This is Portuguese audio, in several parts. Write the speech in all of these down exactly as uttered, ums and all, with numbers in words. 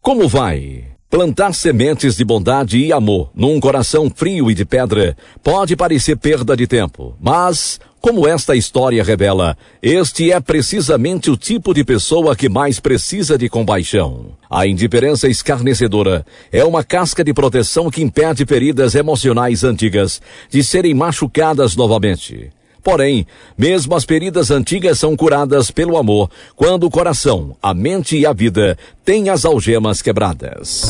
Como vai? Plantar sementes de bondade e amor num coração frio e de pedra pode parecer perda de tempo, mas, como esta história revela, este é precisamente o tipo de pessoa que mais precisa de compaixão. A indiferença escarnecedora é uma casca de proteção que impede feridas emocionais antigas de serem machucadas novamente. Porém, mesmo as feridas antigas são curadas pelo amor, quando o coração, a mente e a vida têm as algemas quebradas.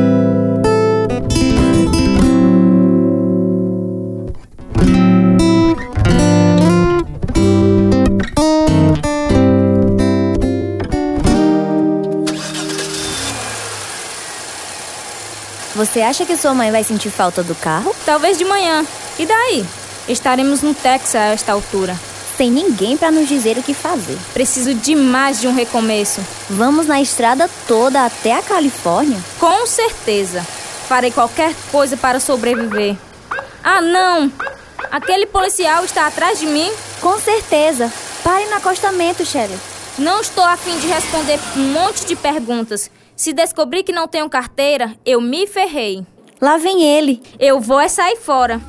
Você acha que sua mãe vai sentir falta do carro? Talvez de manhã. E daí? Estaremos no Texas a esta altura. Sem ninguém para nos dizer o que fazer. Preciso demais de um recomeço. Vamos na estrada toda até a Califórnia? Com certeza. Farei qualquer coisa para sobreviver. Ah, não! Aquele policial está atrás de mim? Com certeza. Pare no acostamento, Shelley. Não estou a fim de responder um monte de perguntas. Se descobrir que não tenho carteira, eu me ferrei. Lá vem ele. Eu vou é sair fora.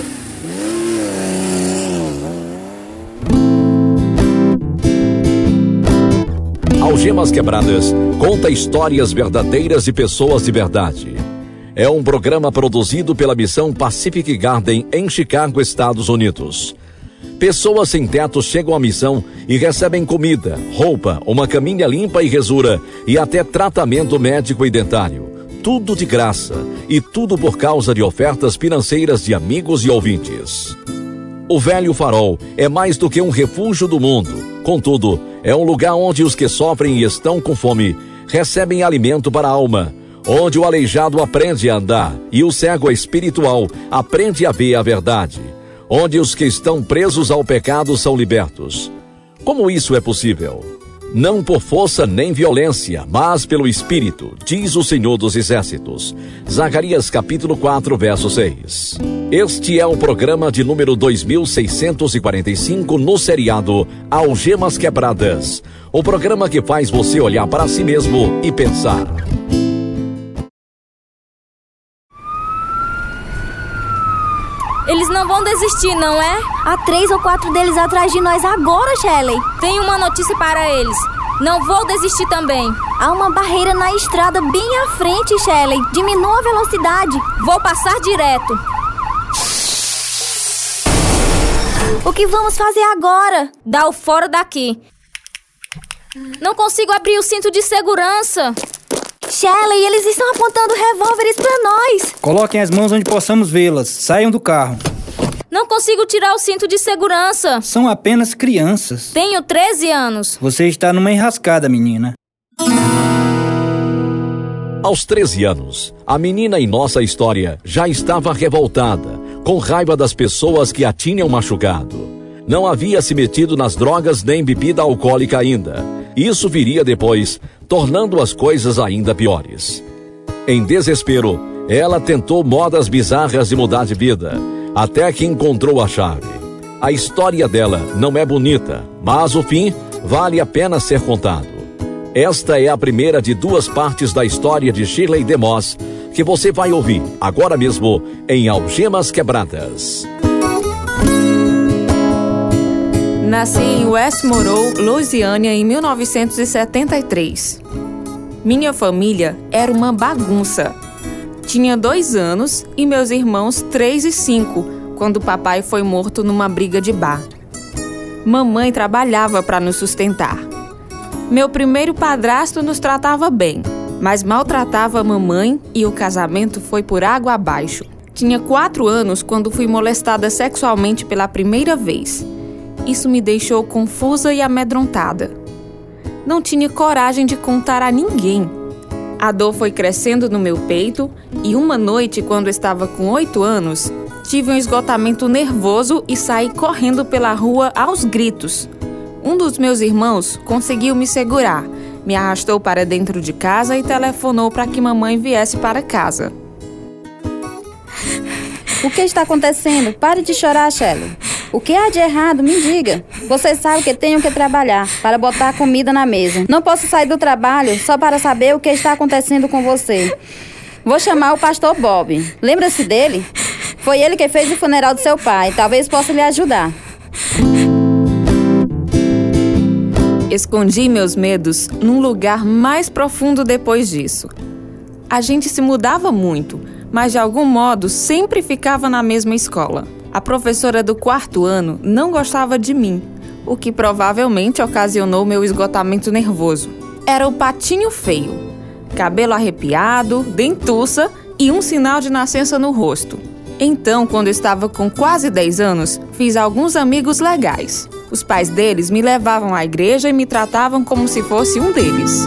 Algemas Quebradas conta histórias verdadeiras de pessoas de verdade. É um programa produzido pela Missão Pacific Garden em Chicago, Estados Unidos. Pessoas sem teto chegam à missão e recebem comida, roupa, uma caminha limpa e resura e até tratamento médico e dentário. Tudo de graça e tudo por causa de ofertas financeiras de amigos e ouvintes. O Velho Farol é mais do que um refúgio do mundo. Contudo, é um lugar onde os que sofrem e estão com fome recebem alimento para a alma, onde o aleijado aprende a andar e o cego espiritual aprende a ver a verdade, onde os que estão presos ao pecado são libertos. Como isso é possível? Não por força nem violência, mas pelo Espírito, diz o Senhor dos Exércitos. Zacarias capítulo quatro, verso seis. Este é o programa de número dois mil seiscentos e quarenta e cinco no seriado Algemas Quebradas. O programa que faz você olhar para si mesmo e pensar. Eles não vão desistir, não é? Há três ou quatro deles atrás de nós agora, Shelley. Tenho uma notícia para eles. Não vou desistir também. Há uma barreira na estrada bem à frente, Shelley. Diminua a velocidade. Vou passar direto. O que vamos fazer agora? Dá o fora daqui. Não consigo abrir o cinto de segurança. Shelley, eles estão apontando revólveres para nós. Coloquem as mãos onde possamos vê-las. Saiam do carro. Não consigo tirar o cinto de segurança. São apenas crianças. Tenho treze anos. Você está numa enrascada, menina. Aos treze anos, a menina em nossa história já estava revoltada, com raiva das pessoas que a tinham machucado. Não havia se metido nas drogas nem bebida alcoólica ainda. Isso viria depois, tornando as coisas ainda piores. Em desespero, ela tentou modas bizarras de mudar de vida, até que encontrou a chave. A história dela não é bonita, mas o fim vale a pena ser contado. Esta é a primeira de duas partes da história de Shirley DeMoss, que você vai ouvir agora mesmo em Algemas Quebradas. Nasci em West Monroe, Louisiana, em mil novecentos e setenta e três. Minha família era uma bagunça. Tinha dois anos e meus irmãos três e cinco, quando papai foi morto numa briga de bar. Mamãe trabalhava para nos sustentar. Meu primeiro padrasto nos tratava bem, mas maltratava a mamãe e o casamento foi por água abaixo. Tinha quatro anos quando fui molestada sexualmente pela primeira vez. Isso me deixou confusa e amedrontada. Não tinha coragem de contar a ninguém. A dor foi crescendo no meu peito e uma noite, quando estava com oito anos, tive um esgotamento nervoso e saí correndo pela rua aos gritos. Um dos meus irmãos conseguiu me segurar, me arrastou para dentro de casa e telefonou para que mamãe viesse para casa. O que está acontecendo? Pare de chorar, Shelley. O que há de errado? Me diga. Você sabe que tenho que trabalhar para botar comida na mesa. Não posso sair do trabalho só para saber o que está acontecendo com você. Vou chamar o pastor Bob. Lembra-se dele? Foi ele que fez o funeral do seu pai. Talvez possa lhe ajudar. Escondi meus medos num lugar mais profundo depois disso. A gente se mudava muito, mas de algum modo sempre ficava na mesma escola. A professora do quarto ano não gostava de mim, o que provavelmente ocasionou meu esgotamento nervoso. Era o patinho feio, cabelo arrepiado, dentuça e um sinal de nascença no rosto. Então, quando estava com quase dez anos, fiz alguns amigos legais. Os pais deles me levavam à igreja e me tratavam como se fosse um deles.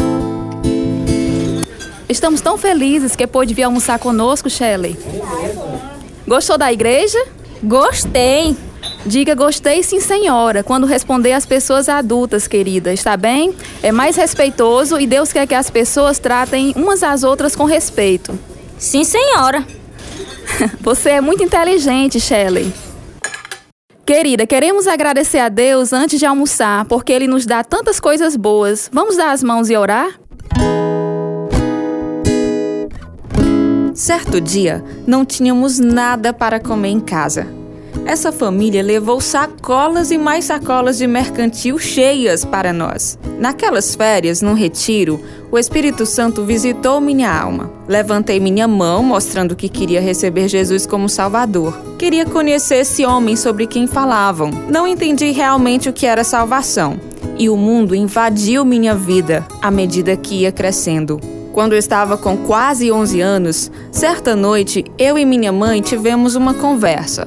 Estamos tão felizes que pôde vir almoçar conosco, Shelley. Gostou da igreja? Gostei. Diga gostei sim, senhora, quando responder às pessoas adultas, querida, está bem? É mais respeitoso e Deus quer que as pessoas tratem umas às outras com respeito. Sim, senhora. Você é muito inteligente, Shelley. Querida, queremos agradecer a Deus antes de almoçar, porque Ele nos dá tantas coisas boas. Vamos dar as mãos e orar? Certo dia, não tínhamos nada para comer em casa. Essa família levou sacolas e mais sacolas de mercantil cheias para nós. Naquelas férias, num retiro, o Espírito Santo visitou minha alma. Levantei minha mão, mostrando que queria receber Jesus como Salvador. Queria conhecer esse homem sobre quem falavam. Não entendi realmente o que era salvação. E o mundo invadiu minha vida à medida que ia crescendo. Quando eu estava com quase onze anos, certa noite, eu e minha mãe tivemos uma conversa.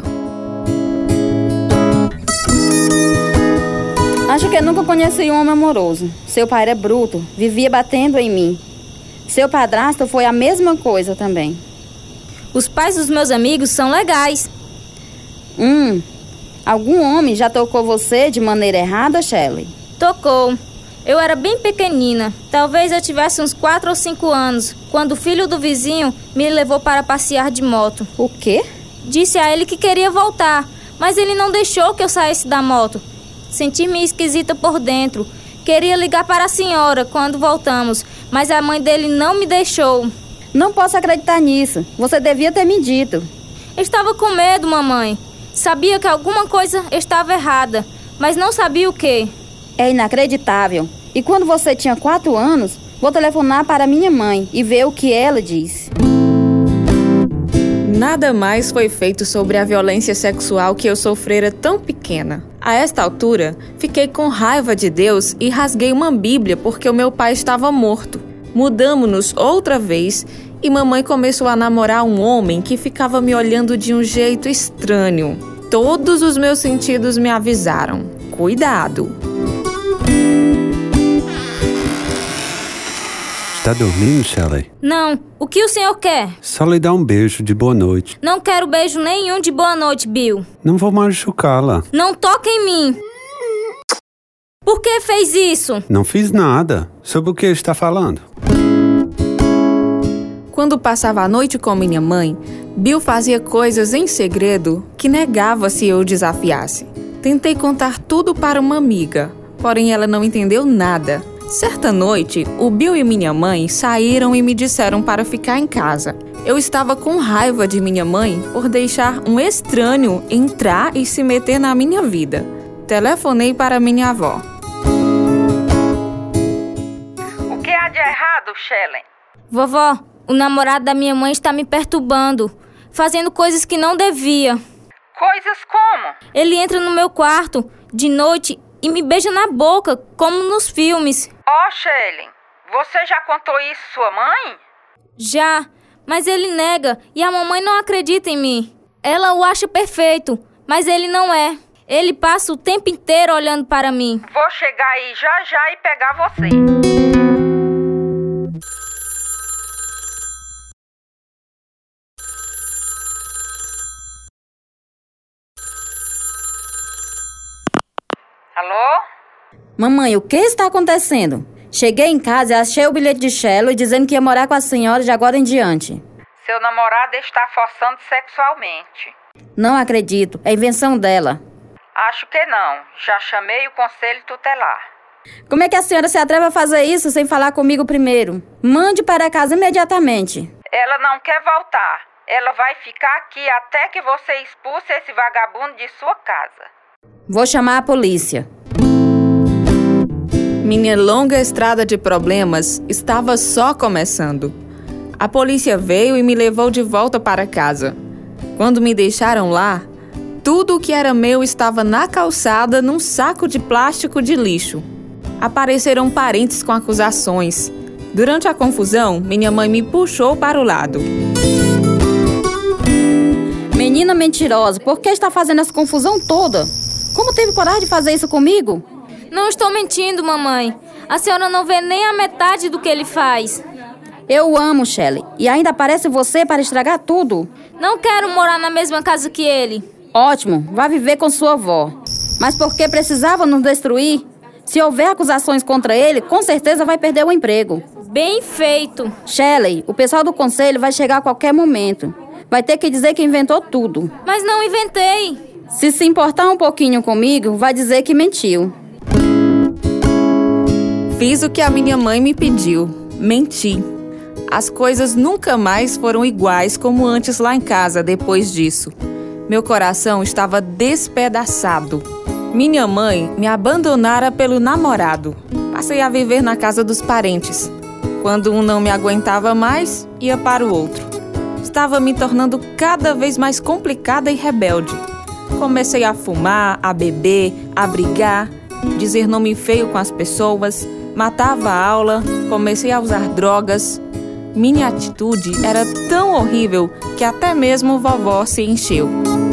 Acho que nunca conheci um homem amoroso. Seu pai era bruto, vivia batendo em mim. Seu padrasto foi a mesma coisa também. Os pais dos meus amigos são legais. Hum, algum homem já tocou você de maneira errada, Shelley? Tocou. Eu era bem pequenina. Talvez eu tivesse uns quatro ou cinco anos, quando o filho do vizinho me levou para passear de moto. O quê? Disse a ele que queria voltar, mas ele não deixou que eu saísse da moto. Senti-me esquisita por dentro. Queria ligar para a senhora quando voltamos, mas a mãe dele não me deixou. Não posso acreditar nisso. Você devia ter me dito. Estava com medo, mamãe. Sabia que alguma coisa estava errada, mas não sabia o quê. É inacreditável. E quando você tinha quatro anos, vou telefonar para minha mãe e ver o que ela diz. Nada mais foi feito sobre a violência sexual que eu sofrera tão pequena. A esta altura, fiquei com raiva de Deus e rasguei uma Bíblia porque o meu pai estava morto. Mudamo-nos outra vez e mamãe começou a namorar um homem que ficava me olhando de um jeito estranho. Todos os meus sentidos me avisaram. Cuidado! Está dormindo, Shelley? Não. O que o senhor quer? Só lhe dar um beijo de boa noite. Não quero beijo nenhum de boa noite, Bill. Não vou machucá-la. Não toque em mim. Por que fez isso? Não fiz nada. Sobre o que está falando? Quando passava a noite com minha mãe, Bill fazia coisas em segredo que negava se eu o desafiasse. Tentei contar tudo para uma amiga, porém ela não entendeu nada. Certa noite, o Bill e minha mãe saíram e me disseram para ficar em casa. Eu estava com raiva de minha mãe por deixar um estranho entrar e se meter na minha vida. Telefonei para minha avó. O que há de errado, Shelley? Vovó, o namorado da minha mãe está me perturbando, fazendo coisas que não devia. Coisas como? Ele entra no meu quarto de noite e me beija na boca, como nos filmes. Ó, Shelley, você já contou isso à sua mãe? Já, mas ele nega e a mamãe não acredita em mim. Ela o acha perfeito, mas ele não é. Ele passa o tempo inteiro olhando para mim. Vou chegar aí já já e pegar você. Alô? Mamãe, o que está acontecendo? Cheguei em casa e achei o bilhete de Shelley dizendo que ia morar com a senhora de agora em diante. Seu namorado está forçando sexualmente. Não acredito, é invenção dela. Acho que não. Já chamei o conselho tutelar. Como é que a senhora se atreve a fazer isso sem falar comigo primeiro? Mande para casa imediatamente. Ela não quer voltar. Ela vai ficar aqui até que você expulse esse vagabundo de sua casa. Vou chamar a polícia. Minha longa estrada de problemas estava só começando. A polícia veio e me levou de volta para casa. Quando me deixaram lá, tudo o que era meu estava na calçada num saco de plástico de lixo. Apareceram parentes com acusações. Durante a confusão, minha mãe me puxou para o lado. Menina mentirosa, por que está fazendo essa confusão toda? Como teve coragem de fazer isso comigo? Não estou mentindo, mamãe. A senhora não vê nem a metade do que ele faz. Eu o amo, Shelley. E ainda aparece você para estragar tudo. Não quero morar na mesma casa que ele. Ótimo, vá viver com sua avó. Mas por que precisava nos destruir? Se houver acusações contra ele, com certeza vai perder o emprego. Bem feito. Shelley, o pessoal do conselho vai chegar a qualquer momento. Vai ter que dizer que inventou tudo. Mas não inventei. Se se importar um pouquinho comigo, vai dizer que mentiu. Fiz o que a minha mãe me pediu. Menti. As coisas nunca mais foram iguais como antes lá em casa depois disso. Meu coração estava despedaçado. Minha mãe me abandonara pelo namorado. Passei a viver na casa dos parentes. Quando um não me aguentava mais, ia para o outro. Estava me tornando cada vez mais complicada e rebelde. Comecei a fumar, a beber, a brigar, dizer nome feio com as pessoas, matava a aula, comecei a usar drogas. Minha atitude era tão horrível que até mesmo vovó se encheu.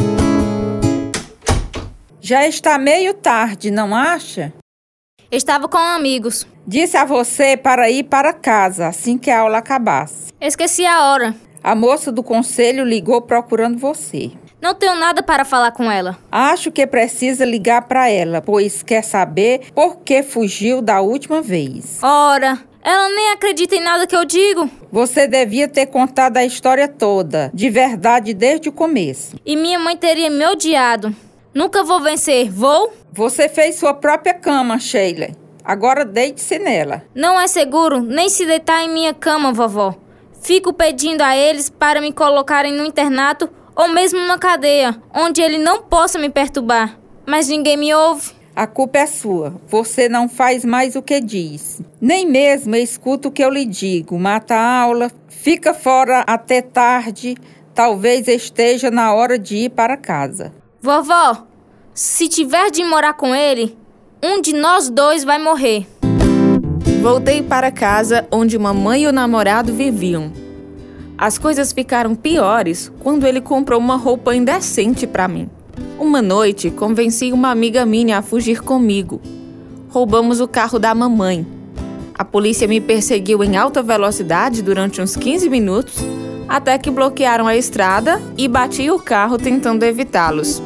Já está meio tarde, não acha? Estava com amigos. Disse a você para ir para casa assim que a aula acabasse. Esqueci a hora. A moça do conselho ligou procurando você. Não tenho nada para falar com ela. Acho que precisa ligar para ela, pois quer saber por que fugiu da última vez. Ora, ela nem acredita em nada que eu digo. Você devia ter contado a história toda, de verdade desde o começo. E minha mãe teria me odiado. Nunca vou vencer, vou? Você fez sua própria cama, Sheila. Agora deite-se nela. Não é seguro nem se deitar em minha cama, vovó. Fico pedindo a eles para me colocarem no internato ou mesmo numa cadeia, onde ele não possa me perturbar. Mas ninguém me ouve. A culpa é sua. Você não faz mais o que diz. Nem mesmo escuta o que eu lhe digo. Mata a aula, fica fora até tarde. Talvez esteja na hora de ir para casa. Vovó, se tiver de morar com ele, um de nós dois vai morrer. Voltei para casa onde mamãe e o namorado viviam. As coisas ficaram piores quando ele comprou uma roupa indecente para mim. Uma noite, convenci uma amiga minha a fugir comigo. Roubamos o carro da mamãe. A polícia me perseguiu em alta velocidade durante uns quinze minutos, até que bloquearam a estrada e bati o carro tentando evitá-los.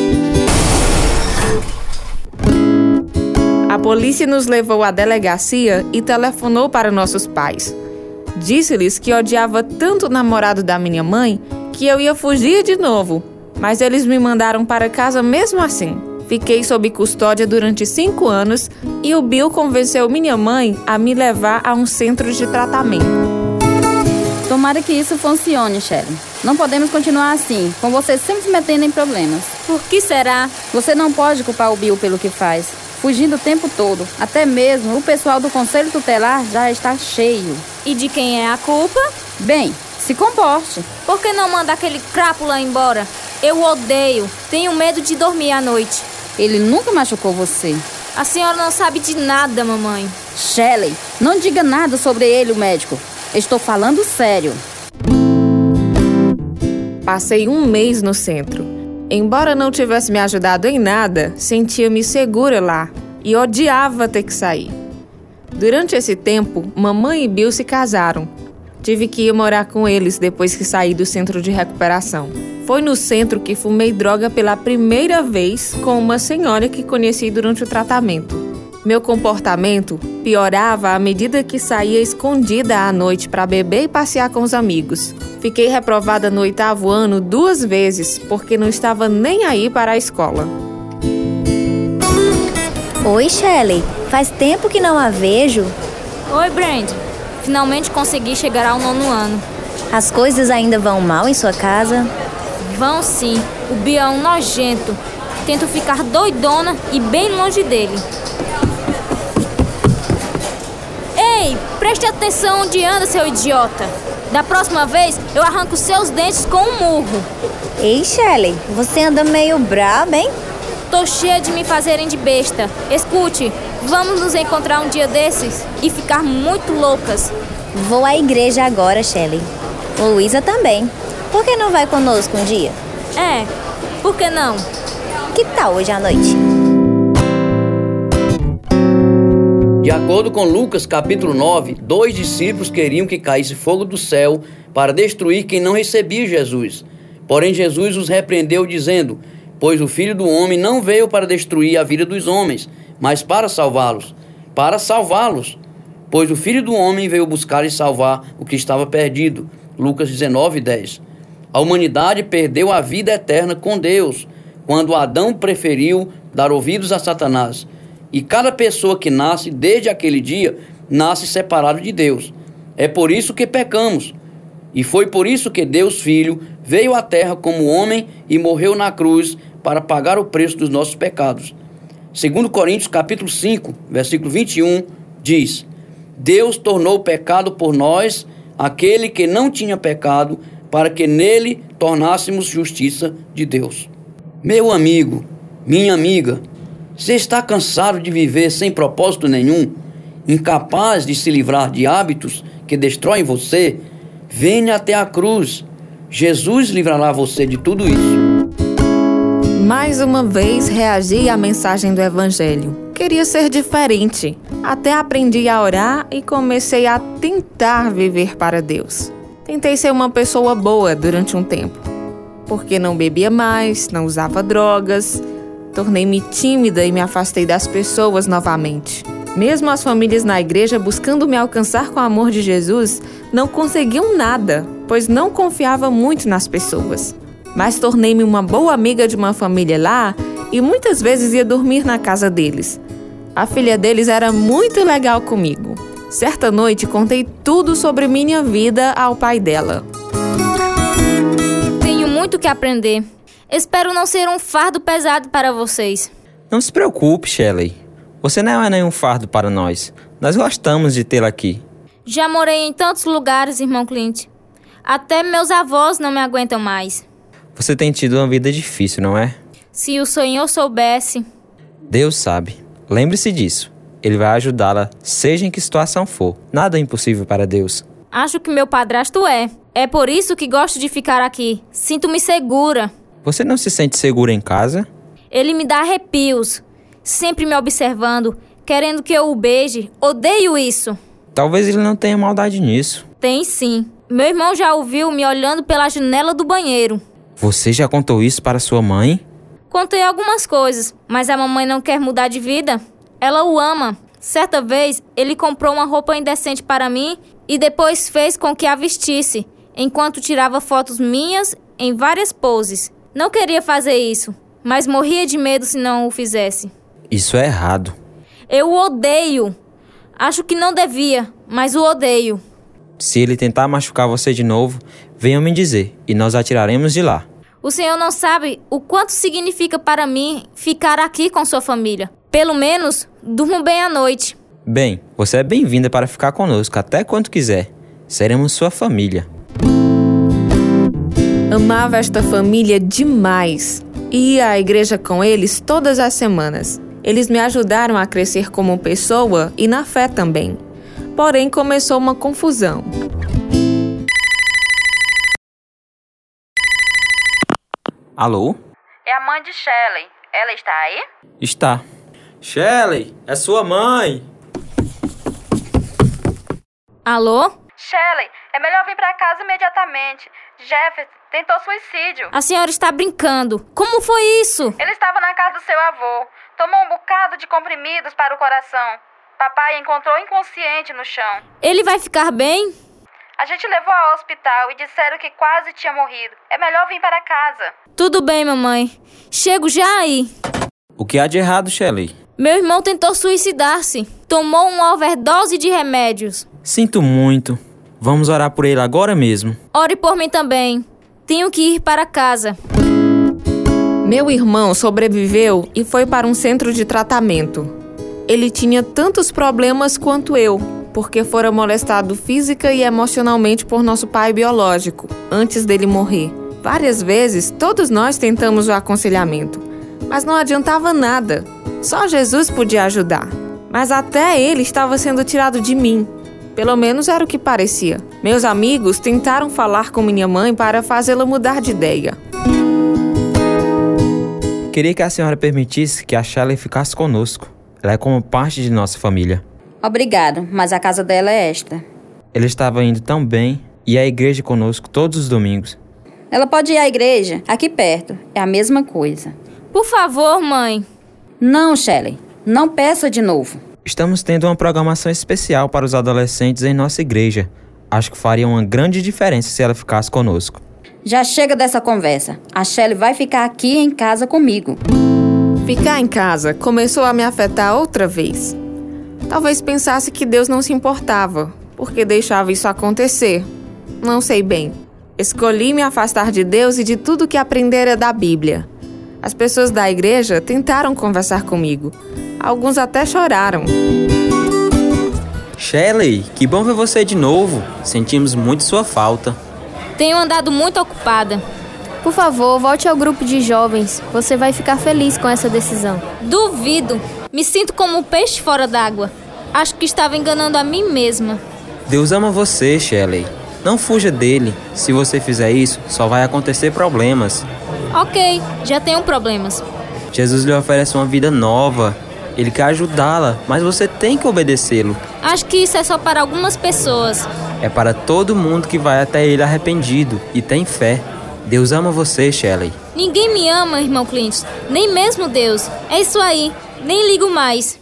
A polícia nos levou à delegacia e telefonou para nossos pais. Disse-lhes que odiava tanto o namorado da minha mãe que eu ia fugir de novo, mas eles me mandaram para casa mesmo assim. Fiquei sob custódia durante cinco anos e o Bill convenceu minha mãe a me levar a um centro de tratamento. Tomara que isso funcione, Shelley. Não podemos continuar assim, com você sempre se metendo em problemas. Por que será? Você não pode culpar o Bill pelo que faz. Fugindo o tempo todo. Até mesmo o pessoal do Conselho Tutelar já está cheio. E de quem é a culpa? Bem, se comporte. Por que não manda aquele crápula embora? Eu o odeio. Tenho medo de dormir à noite. Ele nunca machucou você. A senhora não sabe de nada, mamãe. Shelley, não diga nada sobre ele, o médico. Estou falando sério. Passei um mês no centro. Embora não tivesse me ajudado em nada, sentia-me segura lá e odiava ter que sair. Durante esse tempo, mamãe e Bill se casaram. Tive que ir morar com eles depois que saí do centro de recuperação. Foi no centro que fumei droga pela primeira vez com uma senhora que conheci durante o tratamento. Meu comportamento piorava à medida que saía escondida à noite para beber e passear com os amigos. Fiquei reprovada no oitavo ano duas vezes, porque não estava nem aí para a escola. Oi, Shelley. Faz tempo que não a vejo. Oi, Brand. Finalmente consegui chegar ao nono ano. As coisas ainda vão mal em sua casa? Vão sim. O Bia é um nojento. Tento ficar doidona e bem longe dele. Ei, preste atenção onde anda, seu idiota. Da próxima vez, eu arranco seus dentes com um murro. Ei, Shelley, você anda meio braba, hein? Tô cheia de me fazerem de besta. Escute, vamos nos encontrar um dia desses e ficar muito loucas. Vou à igreja agora, Shelley. Luísa também. Por que não vai conosco um dia? É, por que não? Que tal hoje à noite? De acordo com Lucas capítulo nove, dois discípulos queriam que caísse fogo do céu para destruir quem não recebia Jesus. Porém Jesus os repreendeu dizendo: pois o Filho do Homem não veio para destruir a vida dos homens, mas para salvá-los. Para salvá-los. Pois o Filho do Homem veio buscar e salvar o que estava perdido. Lucas dezenove, dez. A humanidade perdeu a vida eterna com Deus, quando Adão preferiu dar ouvidos a Satanás. E cada pessoa que nasce desde aquele dia, nasce separado de Deus. É por isso que pecamos. E foi por isso que Deus Filho veio à terra como homem e morreu na cruz para pagar o preço dos nossos pecados. Segundo Coríntios capítulo cinco, versículo vinte e um, diz: Deus tornou pecado por nós aquele que não tinha pecado, para que nele tornássemos justiça de Deus. Meu amigo, minha amiga, você está cansado de viver sem propósito nenhum, incapaz de se livrar de hábitos que destroem você? Venha até a cruz. Jesus livrará você de tudo isso. Mais uma vez reagi à mensagem do Evangelho. Queria ser diferente. Até aprendi a orar e comecei a tentar viver para Deus. Tentei ser uma pessoa boa durante um tempo, porque não bebia mais, não usava drogas. Tornei-me tímida e me afastei das pessoas novamente. Mesmo as famílias na igreja buscando me alcançar com o amor de Jesus, não conseguiam nada, pois não confiava muito nas pessoas. Mas tornei-me uma boa amiga de uma família lá e muitas vezes ia dormir na casa deles. A filha deles era muito legal comigo. Certa noite contei tudo sobre minha vida ao pai dela. Tenho muito que aprender. Espero não ser um fardo pesado para vocês. Não se preocupe, Shelley. Você não é nenhum fardo para nós. Nós gostamos de tê-la aqui. Já morei em tantos lugares, irmão Clint. Até meus avós não me aguentam mais. Você tem tido uma vida difícil, não é? Se o Senhor soubesse. Deus sabe. Lembre-se disso. Ele vai ajudá-la, seja em que situação for. Nada é impossível para Deus. Acho que meu padrasto é. É por isso que gosto de ficar aqui. Sinto-me segura. Você não se sente segura em casa? Ele me dá arrepios, sempre me observando, querendo que eu o beije. Odeio isso. Talvez ele não tenha maldade nisso. Tem sim. Meu irmão já o viu me olhando pela janela do banheiro. Você já contou isso para sua mãe? Contei algumas coisas, mas a mamãe não quer mudar de vida. Ela o ama. Certa vez, ele comprou uma roupa indecente para mim e depois fez com que a vestisse, enquanto tirava fotos minhas em várias poses. Não queria fazer isso, mas morria de medo se não o fizesse. Isso é errado. Eu o odeio. Acho que não devia, mas o odeio. Se ele tentar machucar você de novo, venha me dizer e nós atiraremos de lá. O senhor não sabe o quanto significa para mim ficar aqui com sua família. Pelo menos, durmo bem à noite. Bem, você é bem-vinda para ficar conosco até quando quiser. Seremos sua família. Amava esta família demais. Ia à igreja com eles todas as semanas. Eles me ajudaram a crescer como pessoa e na fé também. Porém, começou uma confusão. Alô? É a mãe de Shelley. Ela está aí? Está. Shelley, é sua mãe. Alô? Shelley, é melhor vir pra casa imediatamente. Jefferson tentou suicídio. A senhora está brincando. Como foi isso? Ele estava na casa do seu avô. Tomou um bocado de comprimidos para o coração. Papai encontrou inconsciente no chão. Ele vai ficar bem? A gente levou ao hospital e disseram que quase tinha morrido. É melhor vir para casa. Tudo bem, mamãe. Chego já aí. O que há de errado, Shelley? Meu irmão tentou suicidar-se. Tomou uma overdose de remédios. Sinto muito. Vamos orar por ele agora mesmo. Ore por mim também. Tenho que ir para casa. Meu irmão sobreviveu e foi para um centro de tratamento. Ele tinha tantos problemas quanto eu, porque fora molestado física e emocionalmente por nosso pai biológico, antes dele morrer. Várias vezes, todos nós tentamos o aconselhamento, mas não adiantava nada. Só Jesus podia ajudar. Mas até ele estava sendo tirado de mim. Pelo menos era o que parecia. Meus amigos tentaram falar com minha mãe para fazê-la mudar de ideia. Queria que a senhora permitisse que a Shelley ficasse conosco. Ela é como parte de nossa família. Obrigado, mas a casa dela é esta. Ele estava indo tão bem e à igreja conosco todos os domingos. Ela pode ir à igreja, aqui perto. É a mesma coisa. Por favor, mãe. Não, Shelley. Não peça de novo. Estamos tendo uma programação especial para os adolescentes em nossa igreja. Acho que faria uma grande diferença se ela ficasse conosco. Já chega dessa conversa. A Shelley vai ficar aqui em casa comigo. Ficar em casa começou a me afetar outra vez. Talvez pensasse que Deus não se importava, porque deixava isso acontecer. Não sei bem. Escolhi me afastar de Deus e de tudo que aprendera da Bíblia. As pessoas da igreja tentaram conversar comigo. Alguns até choraram. Shelley, que bom ver você de novo. Sentimos muito sua falta. Tenho andado muito ocupada. Por favor, volte ao grupo de jovens. Você vai ficar feliz com essa decisão. Duvido. Me sinto como um peixe fora d'água. Acho que estava enganando a mim mesma. Deus ama você, Shelley. Não fuja dele. Se você fizer isso, só vai acontecer problemas. Ok, já tenho problemas. Jesus lhe oferece uma vida nova. Ele quer ajudá-la, mas você tem que obedecê-lo. Acho que isso é só para algumas pessoas. É para todo mundo que vai até ele arrependido e tem fé. Deus ama você, Shelley. Ninguém me ama, irmão Clint. Nem mesmo Deus. É isso aí. Nem ligo mais.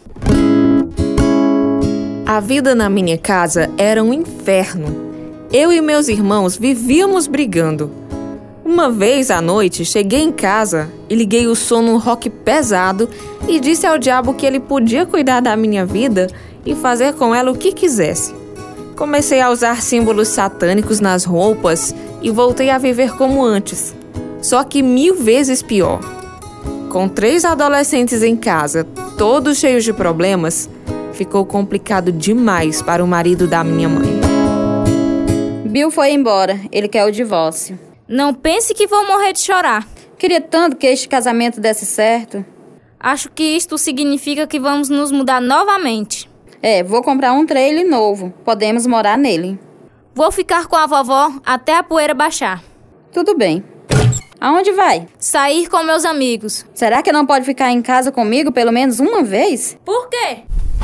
A vida na minha casa era um inferno. Eu e meus irmãos vivíamos brigando. Uma vez à noite, cheguei em casa e liguei o som num rock pesado e disse ao diabo que ele podia cuidar da minha vida e fazer com ela o que quisesse. Comecei a usar símbolos satânicos nas roupas e voltei a viver como antes, só que mil vezes pior. Com três adolescentes em casa, todos cheios de problemas, ficou complicado demais para o marido da minha mãe. Bill foi embora, ele quer o divórcio. Não pense que vou morrer de chorar. Queria tanto que este casamento desse certo. Acho que isto significa que vamos nos mudar novamente. É, vou comprar um trailer novo. Podemos morar nele. Vou ficar com a vovó até a poeira baixar. Tudo bem. Aonde vai? Sair com meus amigos. Será que não pode ficar em casa comigo pelo menos uma vez? Por quê?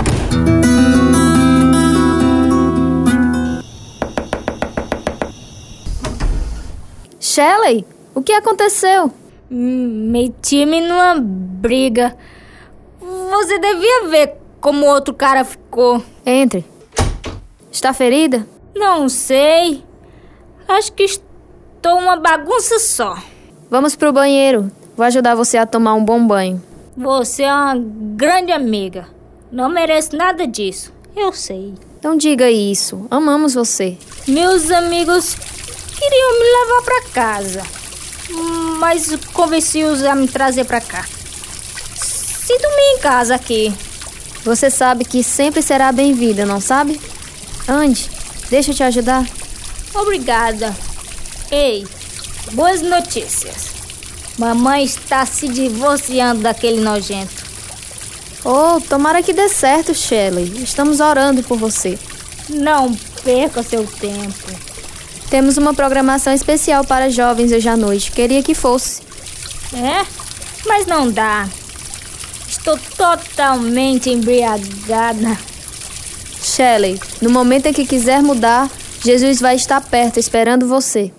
Shelley, o que aconteceu? Meti-me numa briga. Você devia ver como o outro cara ficou. Entre. Está ferida? Não sei. Acho que estou uma bagunça só. Vamos pro banheiro. Vou ajudar você a tomar um bom banho. Você é uma grande amiga. Não mereço nada disso. Eu sei. Não diga isso. Amamos você. Meus amigos queriam me levar pra casa, mas convenci-os a me trazer pra cá. Sinto-me em casa aqui. Você sabe que sempre será bem-vinda, não sabe? Ande, deixa eu te ajudar. Obrigada. Ei, boas notícias. Mamãe está se divorciando daquele nojento. Oh, tomara que dê certo, Shelley. Estamos orando por você. Não perca seu tempo. Temos uma programação especial para jovens hoje à noite. Queria que fosse. É? Mas não dá. Estou totalmente embriagada. Shelley, no momento em que quiser mudar, Jesus vai estar perto esperando você.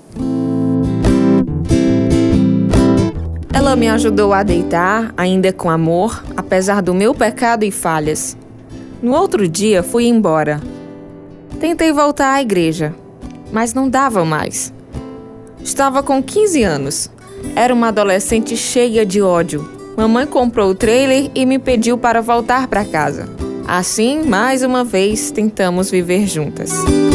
Ela me ajudou a deitar, ainda com amor, apesar do meu pecado e falhas. No outro dia, fui embora. Tentei voltar à igreja, mas não dava mais. Estava com quinze anos. Era uma adolescente cheia de ódio. Mamãe comprou o trailer e me pediu para voltar para casa. Assim, mais uma vez, tentamos viver juntas.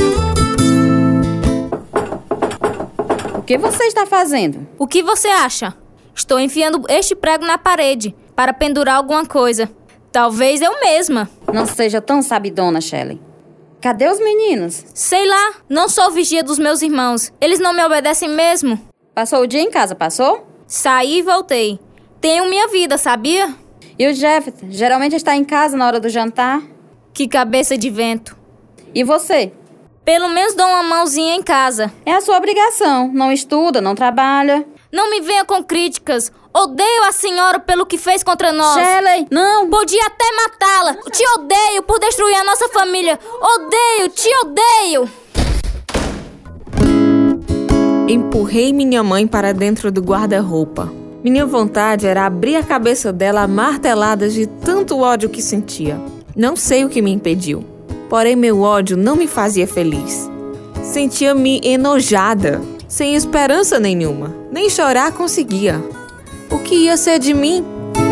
O que você está fazendo? O que você acha? Estou enfiando este prego na parede para pendurar alguma coisa. Talvez eu mesma. Não seja tão sabidona, Shelley. Cadê os meninos? Sei lá, não sou vigia dos meus irmãos. Eles não me obedecem mesmo. Passou o dia em casa, passou? Saí e voltei. Tenho minha vida, sabia? E o Jefferson? Geralmente está em casa na hora do jantar. Que cabeça de vento. E você? Pelo menos dou uma mãozinha em casa. É a sua obrigação. Não estuda, não trabalha. Não me venha com críticas. Odeio a senhora pelo que fez contra nós. Shelley, não. Podia até matá-la. Te odeio por destruir a nossa família. Odeio, te odeio. Empurrei minha mãe para dentro do guarda-roupa. Minha vontade era abrir a cabeça dela a marteladas de tanto ódio que sentia. Não sei o que me impediu. Porém, meu ódio não me fazia feliz. Sentia-me enojada, sem esperança nenhuma. Nem chorar conseguia. O que ia ser de mim?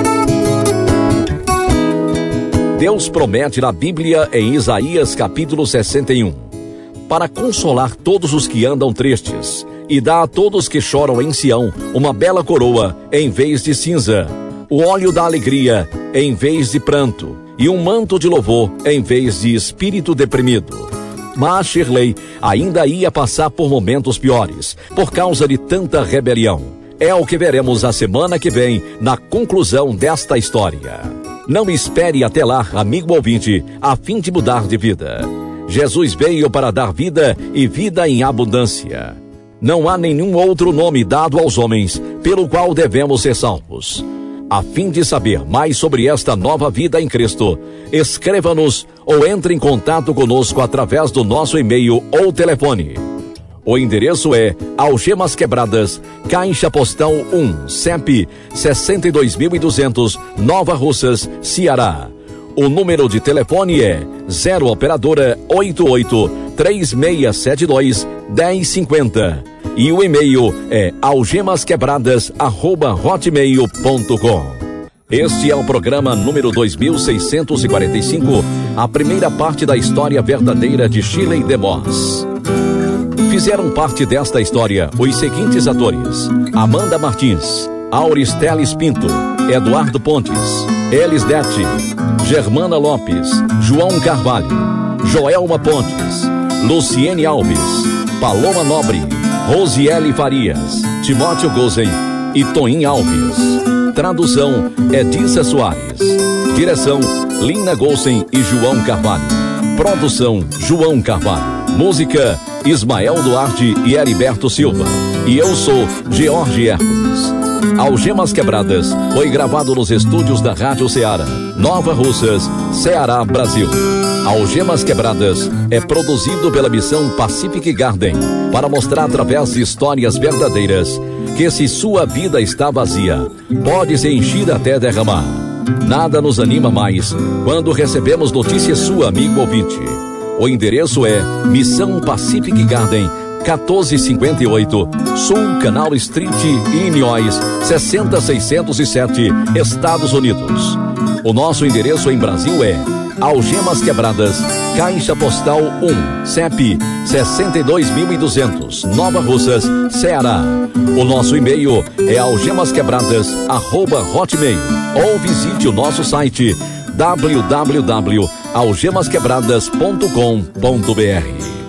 Deus promete na Bíblia em Isaías capítulo sessenta e um: para consolar todos os que andam tristes, e dá a todos que choram em Sião uma bela coroa em vez de cinza, o óleo da alegria em vez de pranto, e um manto de louvor em vez de espírito deprimido. Mas Shirley ainda ia passar por momentos piores, por causa de tanta rebelião. É o que veremos a semana que vem, na conclusão desta história. Não espere até lá, amigo ouvinte, a fim de mudar de vida. Jesus veio para dar vida e vida em abundância. Não há nenhum outro nome dado aos homens pelo qual devemos ser salvos. A fim de saber mais sobre esta nova vida em Cristo, escreva-nos ou entre em contato conosco através do nosso e-mail ou telefone. O endereço é Algemas Quebradas, Caixa Postal um, C E P sessenta e dois mil e duzentos, Nova Russas, Ceará. O número de telefone é zero operadora oito oito, três seis sete dois, um zero cinco zero. E o e-mail é algemasquebradas arroba hotmail ponto com. Este é o programa número dois mil seiscentos e quarenta e cinco, a primeira parte da história verdadeira de Shirley DeMoss. Fizeram parte desta história os seguintes atores: Amanda Martins, Auristeles Pinto, Eduardo Pontes, Elisdete, Germana Lopes, João Carvalho, Joelma Pontes, Luciene Alves, Paloma Nobre, Rosiele Farias, Timóteo Gozen e Toim Alves. Tradução: Edissa Soares. Direção: Lina Gozen e João Carvalho. Produção: João Carvalho. Música: Ismael Duarte e Heriberto Silva. E eu sou George Hércules. Algemas Quebradas foi gravado nos estúdios da Rádio Ceará, Nova Russas, Ceará, Brasil. Algemas Quebradas é produzido pela missão Pacific Garden para mostrar através de histórias verdadeiras que se sua vida está vazia, pode se encher até derramar. Nada nos anima mais quando recebemos notícia sua, amigo ouvinte. O endereço é Missão Pacific Garden, quatorze cinquenta e oito, Sul Canal Street, Illinois, sessenta seiscentos e sete, Estados Unidos. O nosso endereço em Brasil é Algemas Quebradas, Caixa Postal um, C E P sessenta e dois mil e duzentos, Nova Russas, Ceará. O nosso e-mail é algemasquebradas arroba hotmail ou visite o nosso site w w w ponto algemas quebradas ponto com ponto b r.